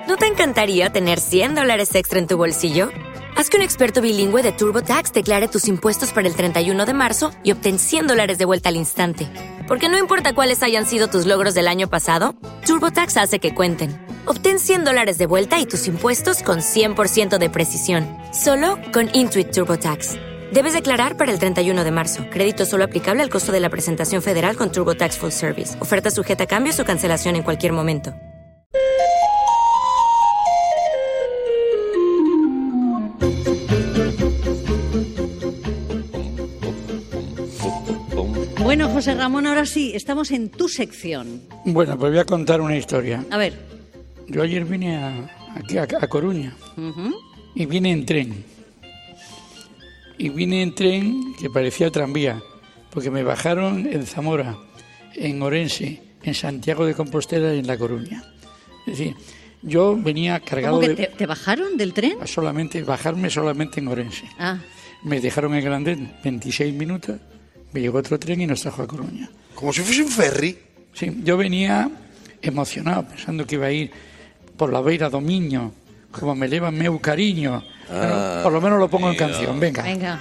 ¿No te encantaría tener $100 extra en tu bolsillo? Haz que un experto bilingüe de TurboTax declare tus impuestos para el 31 de marzo y obtén $100 de vuelta al instante. Porque no importa cuáles hayan sido tus logros del año pasado, TurboTax hace que cuenten. Obtén $100 de vuelta y tus impuestos con 100% de precisión. Solo con Intuit TurboTax. Debes declarar para el 31 de marzo. Crédito solo aplicable al costo de la presentación federal con TurboTax Full Service. Oferta sujeta a cambios o cancelación en cualquier momento. Bueno, José Ramón, ahora sí, estamos en tu sección. Bueno, pues voy a contar una historia. A ver. Yo ayer vine aquí a Coruña y vine en tren. Y vine en tren que parecía tranvía, porque me bajaron en Zamora, en Orense, en Santiago de Compostela y en La Coruña. Es decir, yo venía cargado ¿Cómo que te bajaron del tren? Bajarme solamente en Orense. Ah. Me dejaron en el andén 26 minutos, me llegó otro tren y nos trajo a Coruña. Como si fuese un ferry. Sí, yo venía emocionado, pensando que iba a ir por la Beira do Miño, como me leva meu cariño. Pero por lo menos lo pongo en canción, venga. Venga.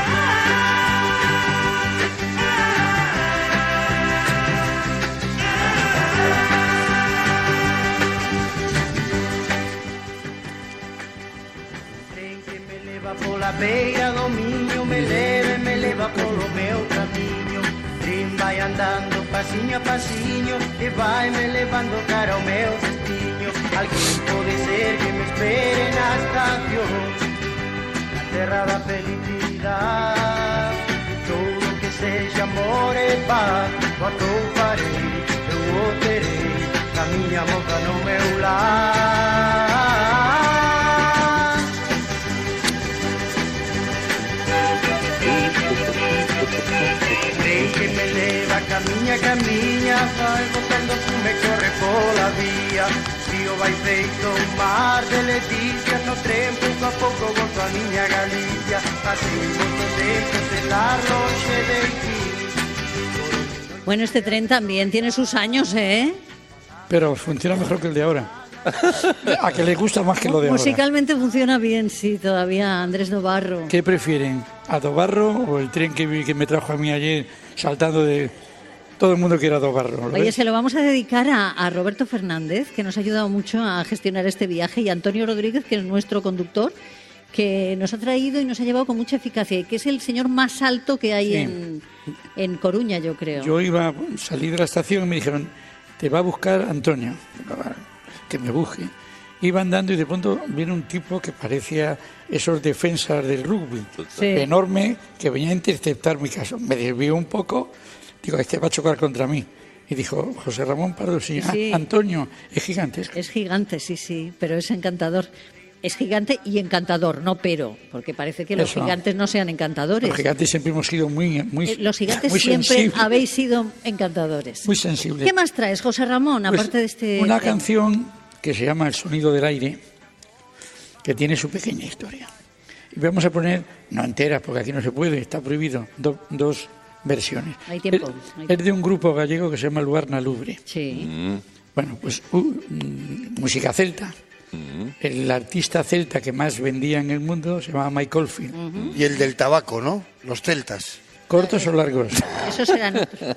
Tren que me leva pola beira do Miño, me leva polo meu camiño. Tren vai andando pasiño a pasiño e vai me levando cara ao meu destino. Alguén pode ser que me espere na estación, na terra da felicidade. Todo que sexa amor e paz, o atouparei, eu o terei, na miña boca no meu lar. Tren que me leva, camiña, vai botando fume, corre pola vía. Río vai feito un mar de leticia, no tren pouco a pouco volto a miña Galicia. Así moito deixo de dar longe de ti. Bueno, este tren también tiene sus años, ¿eh? Pero funciona mejor que el de ahora. A que le gusta más que lo de ahora. Musicalmente funciona bien, sí, todavía, Andrés Dobarro. ¿Qué prefieren? ¿A Dobarro o el tren que me trajo a mí ayer saltando de... Todo el mundo quiere a Dobarro? Oye, se lo vamos a dedicar a Roberto Fernández, que nos ha ayudado mucho a gestionar este viaje, y a Antonio Rodríguez, que es nuestro conductor, que nos ha traído y nos ha llevado con mucha eficacia, y que es el señor más alto que hay en Coruña, yo creo. Yo iba a salir de la estación y me dijeron, te va a buscar Antonio, que me busque. Iba andando y de pronto viene un tipo que parecía esos defensas del rugby, enorme, que venía a interceptar mi caso. Me desvió un poco, digo, este va a chocar contra mí. Y dijo, José Ramón Pardo, sí. Sí. Antonio, es gigantesco. Es gigante, sí, pero es encantador. Es gigante y encantador, no porque parece que los gigantes no sean encantadores. Los gigantes siempre hemos sido muy los gigantes muy siempre sensibles. Habéis sido encantadores. Muy sensibles. ¿Qué más traes, José Ramón, aparte Pues, de este...? Una canción que se llama El sonido del aire, que tiene su pequeña historia. Y vamos a poner, no entera, porque aquí no se puede, está prohibido, dos versiones. Hay tiempo. Es de un grupo gallego que se llama Luarna Lubre. Sí. Bueno, pues música celta. El artista celta que más vendía en el mundo se llamaba Mike Oldfield. Y el del tabaco, ¿no? Los celtas. ¿Cortos o largos? Esos eran otros.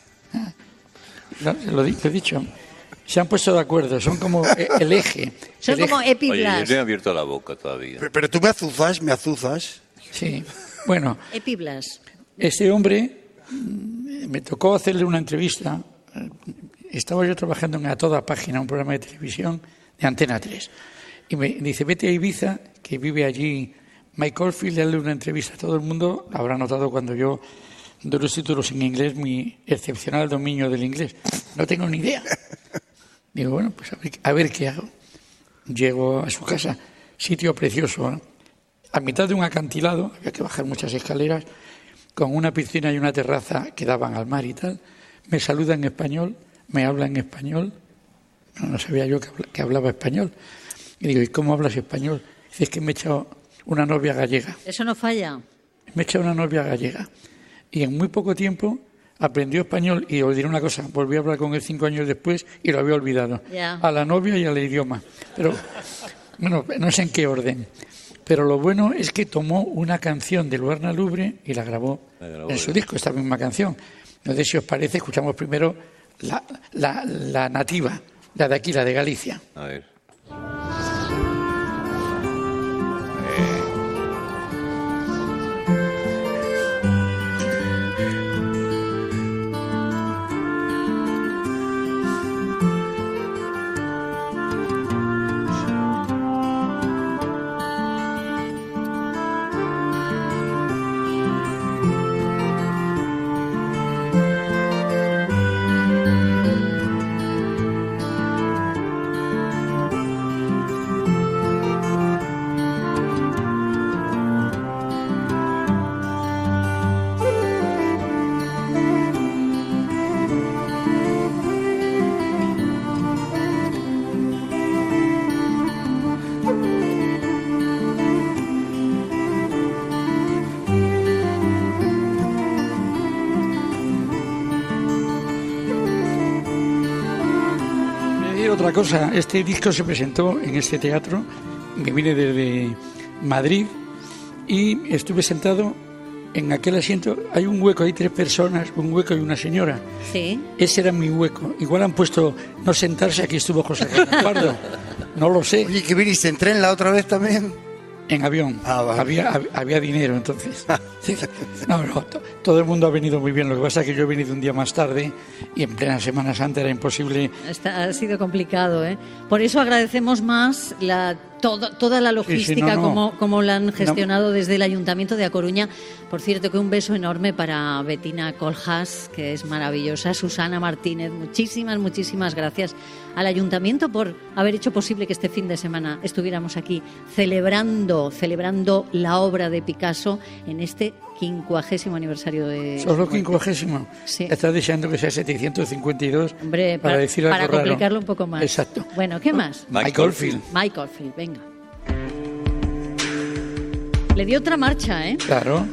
No, lo he dicho. Se han puesto de acuerdo, son como el eje. Son como Oye, epiblas. yo no he abierto la boca todavía. Pero tú me azuzas. Sí, bueno. Epiblas. Este hombre, me tocó hacerle una entrevista. Estaba yo trabajando en A Toda Página, un programa de televisión de Antena 3. Y me dice, vete a Ibiza, que vive allí Mike Oldfield, dale una entrevista a todo el mundo. Habrá notado cuando yo doy los títulos en inglés mi excepcional dominio del inglés. No tengo ni idea. Digo, bueno, pues a ver qué hago. Llego a su casa, sitio precioso, ¿no? A mitad de un acantilado, había que bajar muchas escaleras, con una piscina y una terraza que daban al mar y tal. Me saluda en español, me habla en español. No sabía yo que hablaba español. Y digo, ¿y cómo hablas español? Dice, es que me he echado una novia gallega. Eso no falla. Me he echado una novia gallega. Y en muy poco tiempo aprendió español y os diré una cosa, volví a hablar con él 5 años después y lo había olvidado. Ya. A la novia y al idioma. Pero, bueno, no sé en qué orden. Pero lo bueno es que tomó una canción de Luarna Lubre y la grabó en su disco, esta misma canción. Entonces, si os parece, escuchamos primero la nativa, la de aquí, la de Galicia. A ver. Otra cosa, este disco se presentó en este teatro, que vine desde Madrid, y estuve sentado en aquel asiento. Hay un hueco, hay 3 personas, un hueco y una señora. Sí. Ese era mi hueco. Igual han puesto no sentarse, aquí estuvo José Carlos Pardo. No lo sé. Oye, ¿que viniste en tren la otra vez también? En avión. Ah, vale. Había dinero, entonces. No, todo el mundo ha venido muy bien. Lo que pasa es que yo he venido un día más tarde y en plena Semana Santa era imposible. Ha sido complicado, ¿eh? Por eso agradecemos más toda la logística, Sí, como la han gestionado desde el Ayuntamiento de A Coruña. Por cierto, que un beso enorme para Betina Coljas, que es maravillosa, Susana Martínez, muchísimas gracias al Ayuntamiento por haber hecho posible que este fin de semana estuviéramos aquí celebrando la obra de Picasso en este 50º aniversario de... ¿Solo 50º? Sí. Estás deseando que sea 752. Hombre, para decir algo para raro. complicarlo un poco más. Exacto. Bueno, ¿qué más? Michael Field. Michael Field, venga. Le dio otra marcha, ¿eh? Claro.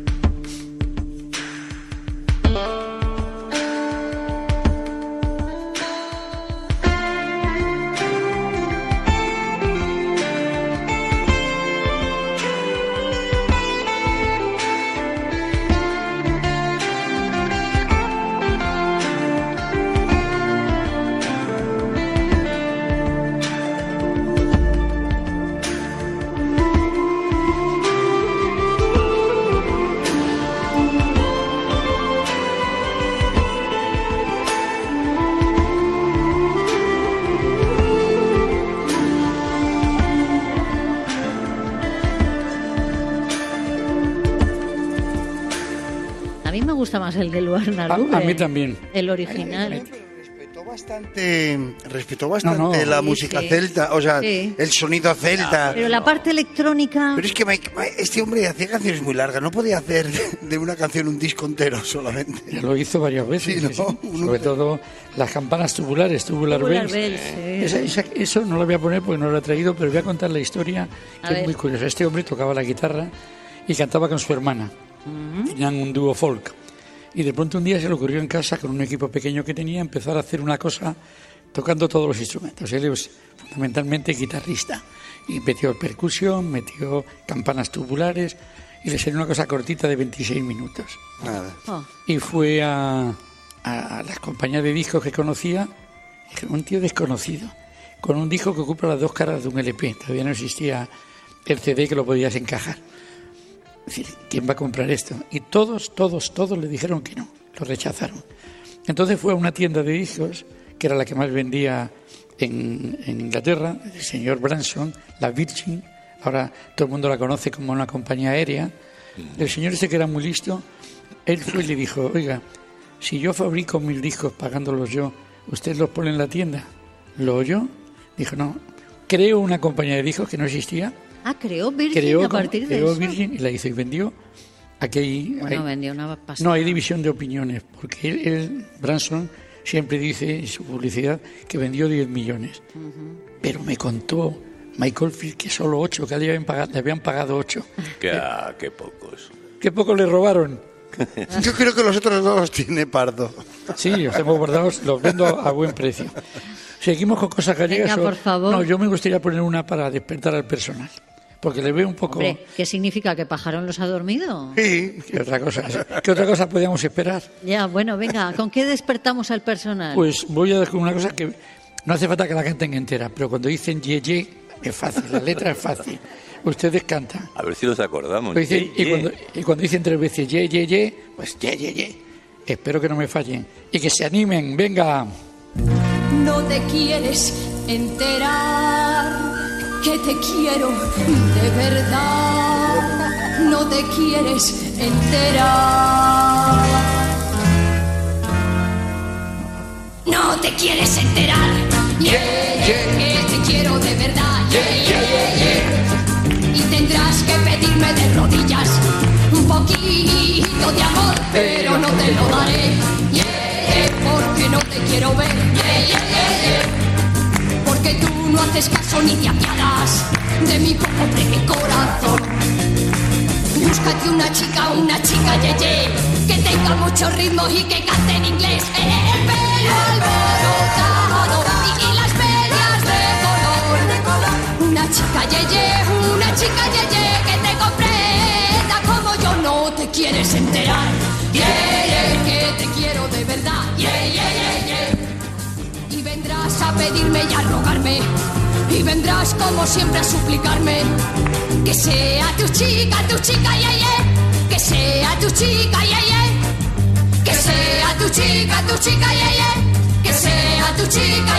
A mí me gusta más el de Luarna Lubre. A mí también. El original. Respetó bastante la música celta, o sea, el sonido celta. Pero la parte electrónica... Pero es que este hombre hacía canciones muy largas, no podía hacer de una canción un disco entero solamente. Ya lo hizo varias veces. Sí, ¿no? Sí. Sobre todo las campanas tubulares, tubular bells. Eso no lo voy a poner porque no lo he traído, pero voy a contar la historia, que es muy curiosa. Este hombre tocaba la guitarra y cantaba con su hermana. Tenían un dúo folk. Y de pronto un día se le ocurrió en casa, con un equipo pequeño que tenía, empezar a hacer una cosa tocando todos los instrumentos. Él es fundamentalmente guitarrista. Y metió percusión, metió campanas tubulares, y le salió una cosa cortita de 26 minutos. Nada. Y fue a las compañías de discos que conocía, dije, un tío desconocido, con un disco que ocupa las 2 caras de un LP. Todavía no existía el CD que lo podías encajar. Es decir, ¿quién va a comprar esto? Y todos le dijeron que no, lo rechazaron. Entonces fue a una tienda de discos, que era la que más vendía en Inglaterra, el señor Branson, la Virgin, ahora todo el mundo la conoce como una compañía aérea. El señor ese, que era muy listo, él fue y le dijo, oiga, si yo fabrico 1000 discos pagándolos yo, ¿usted los pone en la tienda? ¿Lo oyó? Dijo, no, creo una compañía de discos que no existía. Creó Virgin a partir de eso. Virgin y la hizo y vendió. Aquí vendió una pasada. No hay división de opiniones, porque él, Branson, siempre dice en su publicidad que vendió 10 millones. Pero me contó Michael Field que solo 8, que le habían pagado 8. Qué pocos. Qué poco le robaron. Yo creo que los otros dos los tiene Pardo. Sí, los tengo guardados, los vendo a buen precio. ¿Seguimos con cosas gallegas? Venga, por favor. No, yo me gustaría poner una para despertar al personal. Porque le veo un poco... Hombre, ¿qué significa? ¿Que Pajarón los ha dormido? Sí. ¿Qué otra cosa podíamos esperar? Ya, bueno, venga, ¿con qué despertamos al personal? Pues voy a decir una cosa que no hace falta que la canten entera, pero cuando dicen ye, ye, es fácil, la letra es fácil. Ustedes cantan. A ver si nos acordamos. Dicen, y cuando dicen 3 veces ye, ye, ye, pues ye, ye, ye. Espero que no me fallen. Y que se animen, venga. No te quieres enterar que te quiero de verdad. No te quieres enterar. No te quieres enterar. Que te quiero de verdad. Y tendrás que pedirme de rodillas un poquito de amor, pero no te lo daré. Porque no te quiero ver. Porque tú no haces caso ni te apiadas de mi pobre corazón. Búscate una chica, ye, que tenga mucho ritmo y que cante en inglés. El pelo alborotado y las medias de color. Una chica, ye, que te comprenda como yo. No te quieres enterar, que te quiero de verdad. Y vendrás a pedirme y a rogarme, y vendrás como siempre a suplicarme que sea tu chica, que sea tu chica, que sea tu chica, que sea tu chica,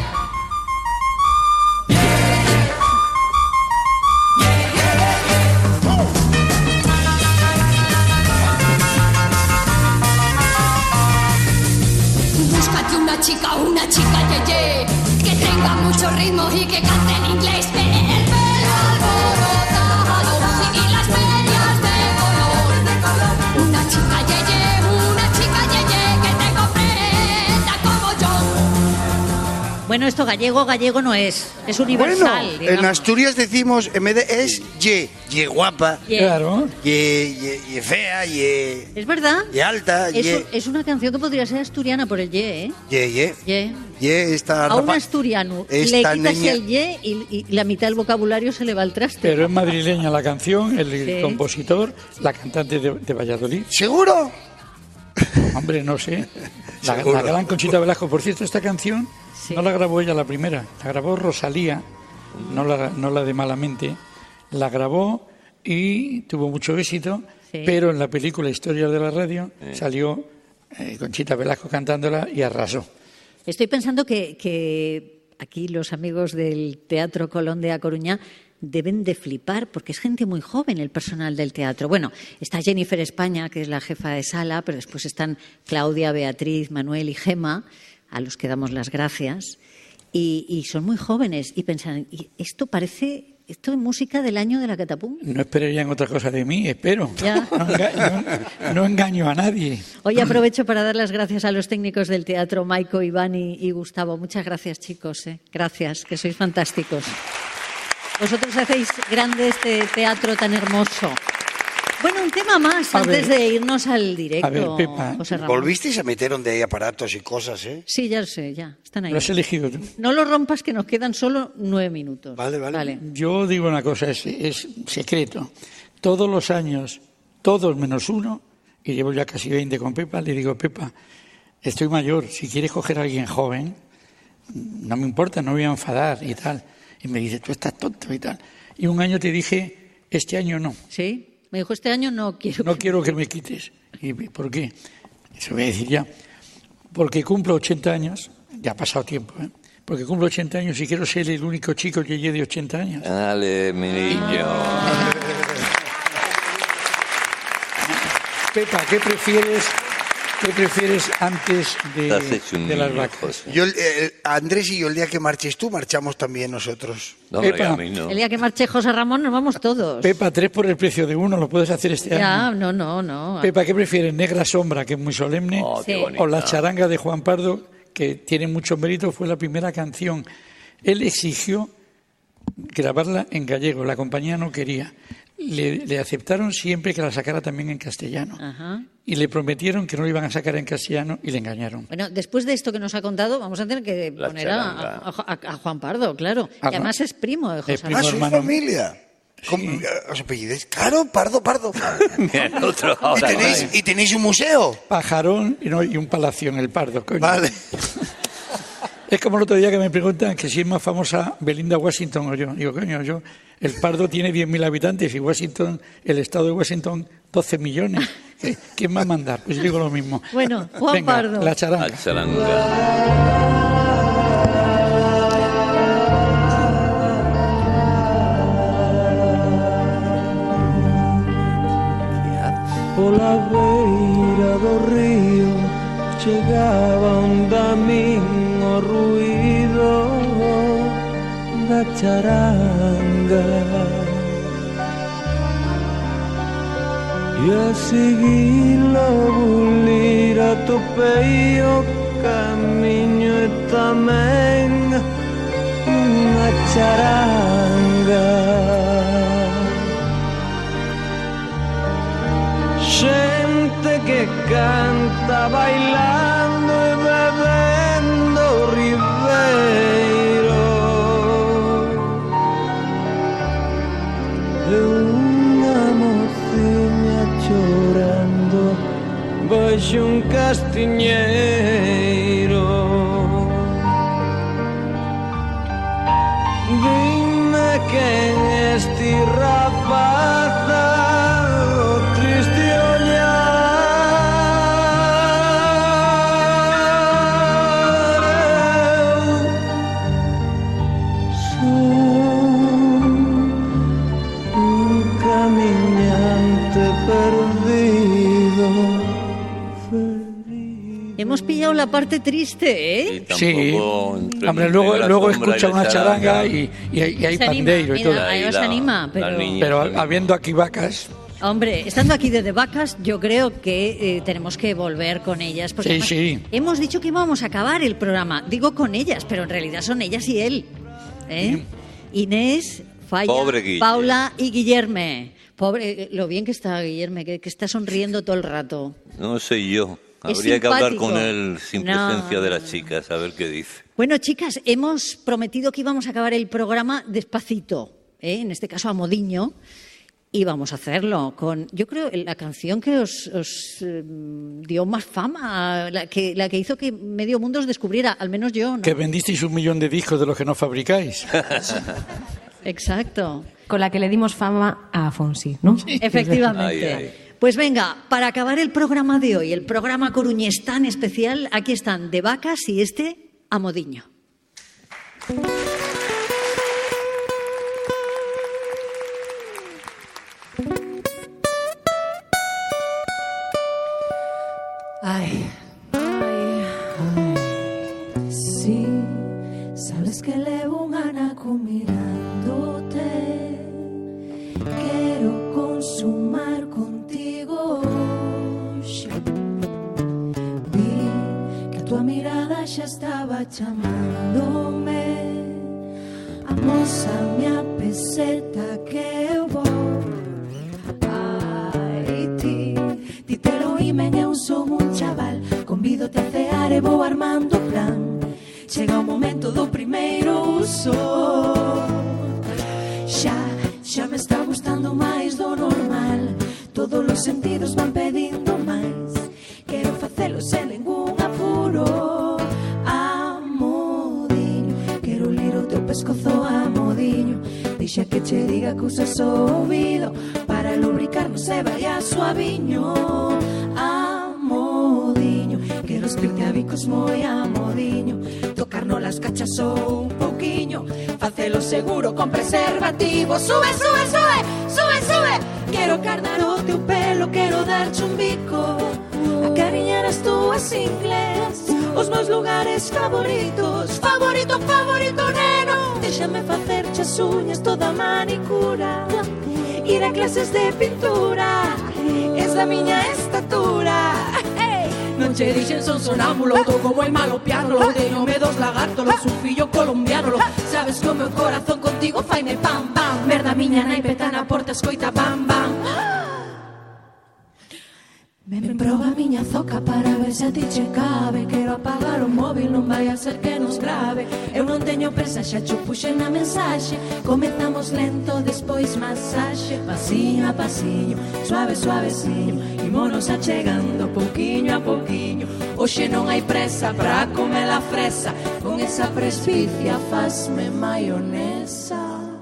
Búscate una chica, que tenga mucho ritmo y que cante en inglés. El pelo alborotado y las medias de color. Una chica, que te comprenda como yo. Bueno, esto gallego no es universal. Bueno, digamos. en Asturias decimos, en vez de es ye guapa, Ye. Claro. ye fea, Es verdad. ye alta, Es una canción que podría ser asturiana por el ye, ¿eh? ye Ye. esta A un rapa- asturiano esta le quitas niña- el ye y la mitad del vocabulario se le va al traste. Pero es madrileña la canción, el Sí. compositor, la cantante de Valladolid. ¿Seguro? Hombre, no sé. La Seguro. gran Conchita Velasco. Por cierto, esta canción Sí. no la grabó ella la primera, la grabó Rosalía, no la de Malamente. La grabó y tuvo mucho éxito, Sí. pero en la película Historias de la Radio salió Conchita Velasco cantándola y arrasó. Estoy pensando que aquí los amigos del Teatro Colón de A Coruña deben de flipar, porque es gente muy joven el personal del teatro. Bueno, está Jennifer España, que es la jefa de sala, pero después están Claudia, Beatriz, Manuel y Gema, a los que damos las gracias, y son muy jóvenes y pensan, ¿y esto es música del año de la Catapum? No esperarían otra cosa de mí, espero. Ya. No engaño a nadie. Hoy aprovecho para dar las gracias a los técnicos del teatro, Maiko, Iván y Gustavo. Muchas gracias, chicos. Gracias, que sois fantásticos. Vosotros hacéis grande este teatro tan hermoso. Bueno, un tema más A antes ver. de irnos al directo, A ver, Pepa. José Ramón. Volvisteis a meter donde hay aparatos y cosas, ¿eh? Sí, ya lo sé, ya. Están ahí. Lo has elegido tú. No lo rompas, que nos quedan solo 9 minutos. Vale. Yo digo una cosa, es secreto. Todos los años, todos menos uno, y llevo ya casi 20 con Pepa, le digo, Pepa, estoy mayor, si quieres coger a alguien joven, no me importa, no me voy a enfadar y tal. Y me dice, tú estás tonto y tal. Y un año te dije, este año no, ¿Sí? Me dijo, este año no quiero. no quiero que me quites. ¿Y por qué? Eso voy a decir ya. Porque cumplo 80 años, ya ha pasado tiempo, ¿eh? Porque cumplo 80 años y quiero ser el único chico que llegue de 80 años. Dale, mi niño. Pepa, ¿qué prefieres antes Te has hecho un de las niño, vacas? José. Yo, Andrés y yo, el día que marches tú, marchamos también nosotros. No, hombre, Pepa. a mí no. El día que marche José Ramón nos vamos todos. Pepa, 3 por el precio de 1, lo puedes hacer este Ya, año. no. Pepa, ¿qué prefieres? ¿Negra Sombra, que es muy solemne? Oh, qué Sí. bonita. ¿O La charanga de Juan Pardo, que tiene mucho mérito? Fue la primera canción. Él exigió grabarla en gallego, la compañía no quería. le aceptaron siempre que la sacara también en castellano. Ajá. Y le prometieron que no lo iban a sacar en castellano y le engañaron. Bueno, después de esto que nos ha contado, vamos a tener que La poner charanga. a Juan Pardo, claro. Ah, Y además es primo de José Es primo. ¿Ah, sois hermano. familia? ¿Cómo os apellidáis? Claro, Pardo. Mira, el otro ¿Y ahora. tenéis un museo? Pajarón y un palacio en el Pardo, coño. Vale. Es como el otro día que me preguntan que si es más famosa Belinda Washington o yo. Digo, coño, el Pardo tiene 10.000 habitantes y Washington, el estado de Washington, 12 millones. ¿Quién va a mandar? Pues digo lo mismo. Bueno, Juan Venga, Pardo. la charanga. La charanga. Pola beira do río chegaba onda min o ruído da charanga. E a seguilo bulir atopei o camiño e tamén unha charanga. Xente que canta bailando e bebendo o ribeiro, e unha mociña chorando baixo un castiñeiro. Dime quen es ti, rapaza, o triste ollar. Son un camiñante perdido, ferido. Hemos pillado la parte triste, ¿eh? Y Sí, tampoco entre hombre, la luego sombra y escucha la una charanga y hay Se anima, pandeiro y mira, todo. ahí os La- anima, la pero... niña. Pero habiendo aquí vacas, Hombre, estando aquí desde Vacas, yo creo que tenemos que volver con ellas. Porque Sí, además sí. hemos dicho que íbamos a acabar el programa. Digo con ellas, pero en realidad son ellas y él. ¿Eh? Inés, Falla, Pobre Guille. Paula y Guillerme. Pobre, lo bien que está Guillerme, que está sonriendo todo el rato. No sé yo. Es Habría que hablar simpático. con él sin No. presencia de las chicas, a ver qué dice. Bueno, chicas, hemos prometido que íbamos a acabar el programa despacito, ¿eh? En este caso a modiño, y vamos a hacerlo con, yo creo, la canción que os dio más fama, la que hizo que medio mundo os descubriera, al menos yo, ¿no? que vendisteis 1 millón de discos de los que no fabricáis. Exacto. Con la que le dimos fama a Afonsi, ¿no? Efectivamente. Ay, ay. Pues venga, para acabar el programa de hoy, el programa coruñés tan especial, aquí están De Vacas y este a modiño. Ay, ay, ay. Sí, sabes que levo un anaco mirándote. Quiero consumar contigo. Vi que tu mirada ya estaba llamándome. Amósame a peseta que eu vou. Ai, ti te lo imen, eu son un chaval. Convídote a cear e vou armando plan. Chega o momento do primeiro uso. Xa me está gustando máis do normal. Todos os sentidos van pedindo máis. Quero facelo sen ningún apuro. Amodiño, quero lir o teu pescozo amodiño. Deixa que che diga cousas ao ouvido para lubricarnos e vaya suaviño. Amodiño, quero espirte a bicos moi amodiño. Tocarnos las cachas ou un pouquiño. Facelo seguro con preservativo. Sube, sube, sube, sube, sube. Quero carnar o teu pelo, quero darche un bico. Acariñar as túas ingles, os meus lugares favoritos. Favorito, favorito, neno. Déxame facerche as uñas toda manicura. Ir a clases de pintura. Es da miña estatura. Hey, Non che dixen son sonámbulo, tô como el malo piano. Teñome dos lagartos, un fillo colombiano. Sabes que o meu corazón contigo faime pam, pam. Merda miña nai peta na porta, escoita bam, bam. Ven, proba miña zoca para ver se a ti che cabe. Quero apagar o móvil, non vai a ser que nos grave. Eu non teño presa, xa cho puxen na mensaxe. Comezamos lento, despois masaxe. Pasiño a pasiño, suave, suaveciño. Imonos achegando pouquiño a pouquiño. Hoxe non hai presa pra comer a fresa. Con esa presbicia fasme maionesa.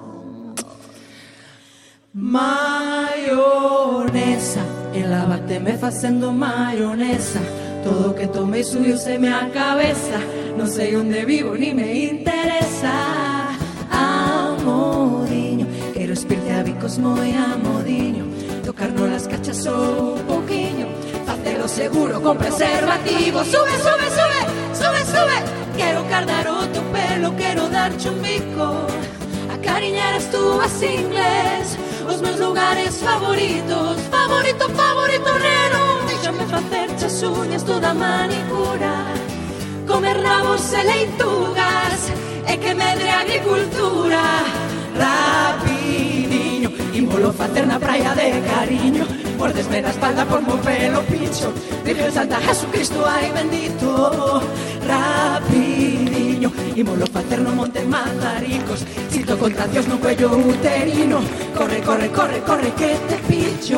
Maionesa. Elávate-me facendo maionesa. Todo que tomei subiu-se-me a cabeza. Non sei onde vivo ni me interesa. Amodiño, quero espirte a bicos moi amodiño. Tocarnos las cachas só un pouquiño. Facelo seguro con preservativo. Sube, sube, sube, sube, sube. Quero cardar o teu pelo, quero darche un bico. Acariñar as túas ingles. Os meus lugares favoritos. Favorito, favorito, neno. Déxame facer as uñas toda manicura. Comer rabos e leitugas. E que medre a agricultura. Rapidiño. Ímolo facer na praia de cariño. Mordesme na espalda por mo pelo pincho. Virgen Santa Jesucristo, ai bendito. Rapidiño. Ímolo facer no monte Mazaricos. Cito contra Dios no cuello uterino. Corre, corre, corre, corre, que te pillo.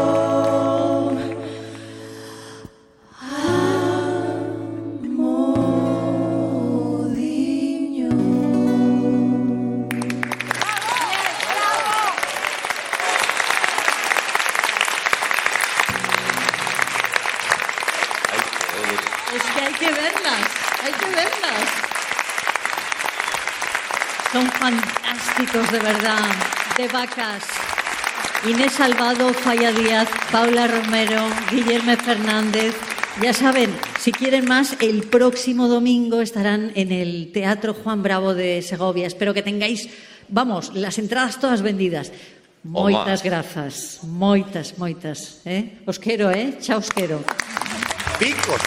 Amodiño. Es que hay que verlas, hay que verlas. Son fantásticos, de verdad, de vacas. Inés Salvado, Falla Díaz, Paula Romero, Guillermo Fernández. Ya saben, si quieren más, el próximo domingo estarán en el Teatro Juan Bravo de Segovia. Espero que tengáis, vamos, las entradas todas vendidas. Moitas grazas, moitas, moitas. Os quero, xa os quero. Picos.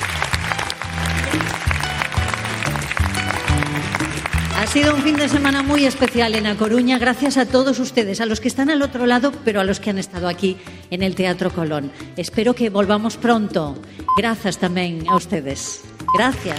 Ha sido un fin de semana muy especial en A Coruña, gracias a todos ustedes, a los que están al otro lado, pero a los que han estado aquí en el Teatro Colón. Espero que volvamos pronto. Gracias también a ustedes. Gracias.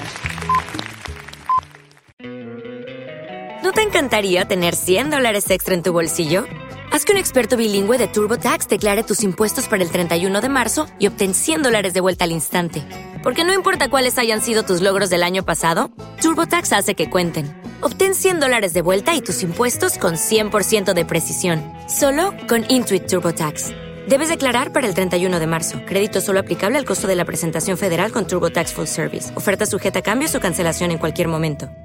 ¿No te encantaría tener $100 extra en tu bolsillo? Haz que un experto bilingüe de TurboTax declare tus impuestos para el 31 de marzo y obtén $100 de vuelta al instante. Porque no importa cuáles hayan sido tus logros del año pasado, TurboTax hace que cuenten. Obtén $100 de vuelta y tus impuestos con 100% de precisión. Solo con Intuit TurboTax. Debes declarar para el 31 de marzo. Crédito solo aplicable al costo de la presentación federal con TurboTax Full Service. Oferta sujeta a cambios o cancelación en cualquier momento.